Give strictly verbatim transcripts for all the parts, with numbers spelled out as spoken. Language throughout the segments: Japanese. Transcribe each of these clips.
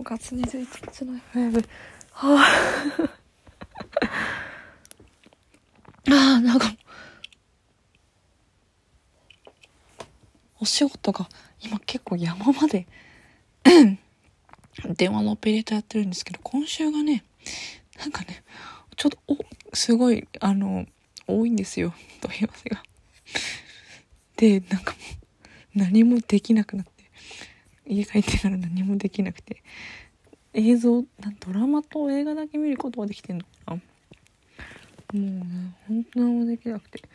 がつにじゅういちにちの エフエム はああなんかお仕事が今結構山まで電話のオペレーターやってるんですけど、今週がねなんかねちょっとおすごいあの多いんですよ、問い合わせが。でなんかもう何もできなくなって、家帰ってから何もできなくて、映像ドラマと映画だけ見ることができてんのかな。もうね本当何もできなくて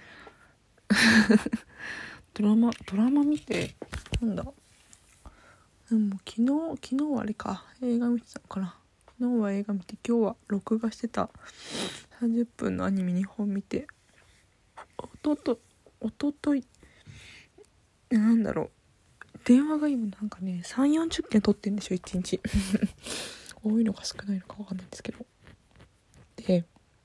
ドラマドラマ見てなんだでも昨日昨日はあれか映画見てたのかな。昨日は映画見て、今日は録画してたさんじゅっぷんのアニメにほん見て、おととおとといなんだろう電話が今なんかねさんじゅうよんじゅっけん取ってんでしょいちにち多いのか少ないのか分かんないんですけど、で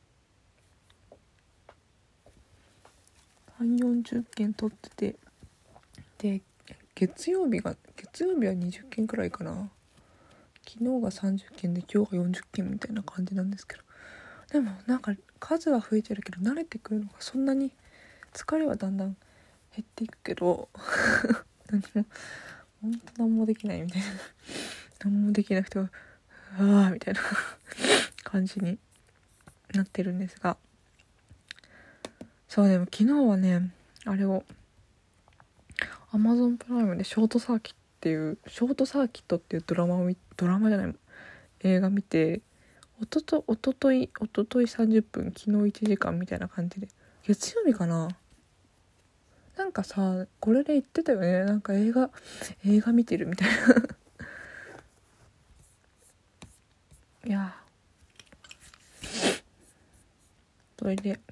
さんじゅうよんじゅっけん取ってて、で月曜日が月曜日はにじゅっけんくらいかな。昨日がさんじゅっけんで今日がよんじゅっけんみたいな感じなんですけど、でもなんか数は増えてるけど慣れてくるのがそんなに、疲れはだんだん減っていくけど何も本当何もできないみたいな何もできなくて、ああみたいな感じになってるんですが、そうでも昨日はねあれを Amazon プライムでショートサーキットっていうショートサーキットっていうドラマを見ドラマじゃない映画見て、おととおとといおとといさんじゅっぷん、昨日いちじかんみたいな感じで、月曜日かな、なんかさこれで言ってたよね、なんか映画映画見てるみたいないやそれで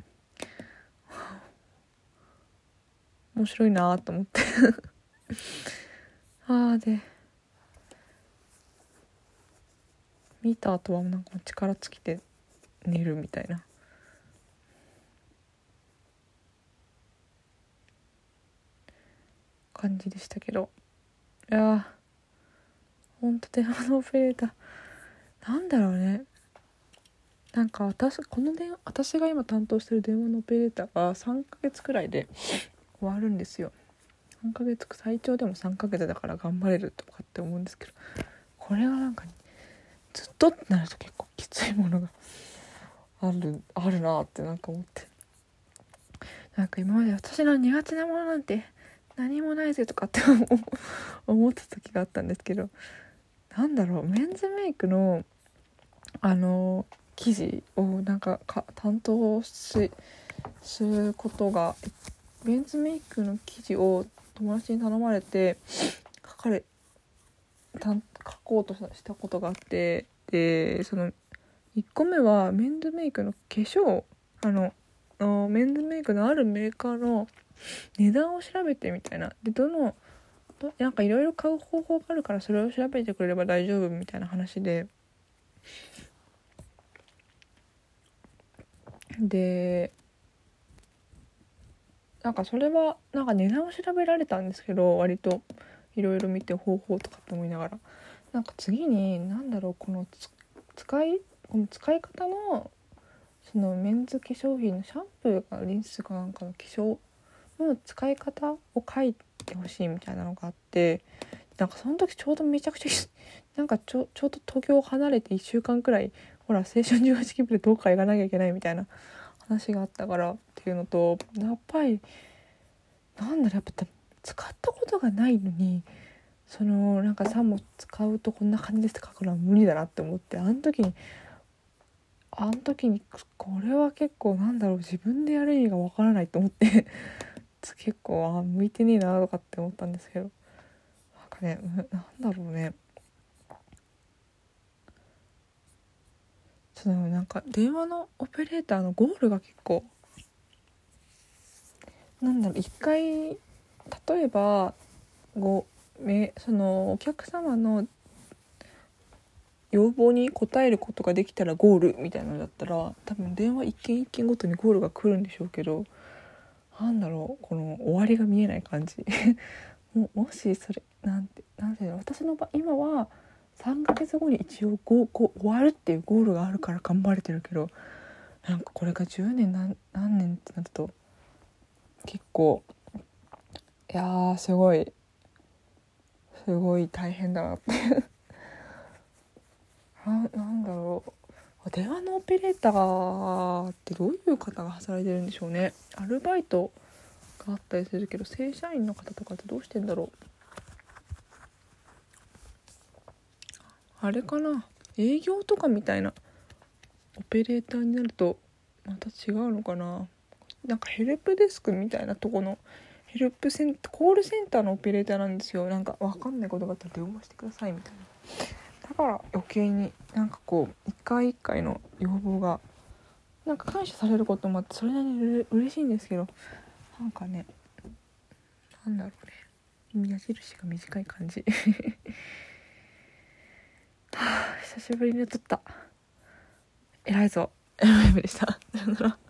面白いなと思ってああで見た後はなんか力尽きて寝るみたいな感じでしたけど、いやほんと電話のオペレーターなんだろうね、なんか私この電私が今担当してる電話のオペレーターがさんかげつくらいで終わるんですよ。さんかげつ最長でもさんかげつだから頑張れるとかって思うんですけど、これがなんかずっとってなると結構きついものがあるあるなってなんか思って、なんか今まで私の苦手なものなんて何もないぜとかって思ってた時があったんですけど、なんだろうメンズメイクのあの記事をなんかか担当しすることが、メンズメイクの記事を友達に頼まれて書かれた書こうとしたことがあって、でそのいっこめはメンズメイクの化粧あのあメンズメイクのあるメーカーの値段を調べてみたいな、でどのどなんかいろいろ買う方法があるからそれを調べてくれれば大丈夫みたいな話で、でなんかそれはなんか値段を調べられたんですけど、割といろいろ見て方法とかって思いながら、なんか次になんだろうこの使いこの使い方のそのメンズ化粧品のシャンプーかリンスかなんかの化粧の使い方を書いてほしいみたいなのがあって、なんかその時ちょうどめちゃくちゃなんかちょちょうど東京を離れていっしゅうかんくらいほら青春じゅうはちきぶでどっか行かなきゃいけないみたいな話があったからっていうのと、やっぱりなんだろうやっぱ使ったことがないのにそのなんかさも使うとこんな感じですって書くのは無理だなって思って、あの時にあの時にこれは結構なんだろう自分でやる意味がわからないと思って結構あ向いてねえなとかって思ったんですけど、なんかねなんだろうね、そのなんか電話のオペレーターのゴールが結構なんだろう一回例えばごめそのお客様の要望に応えることができたらゴールみたいなのだったら多分電話一件一件ごとにゴールが来るんでしょうけど、なんだろうこの終わりが見えない感じも, もしそれなんてなんていうの私の場今はさんかげつごに一応ゴゴ終わるっていうゴールがあるから頑張れてるけど、なんかこれがじゅうねん何何年ってなると結構いやーすごいすごい大変だなってな, なんだろう電話のオペレーターってどういう方が働いてるんでしょうね。アルバイトがあったりするけど正社員の方とかってどうしてんだろう。あれかな、営業とかみたいなオペレーターになるとまた違うのかな。なんかヘルプデスクみたいなとこのヘルプセンターコールセンターのオペレーターなんですよ。なんか分かんないことがあったら電話してくださいみたいな。だから余計になんかこう一回一回の要望がなんか感謝されることもあってそれなりにうれ嬉しいんですけど、なんかねなんだろうね矢印が短い感じはあ久しぶりに撮った偉いぞエムエムでしたさよなら。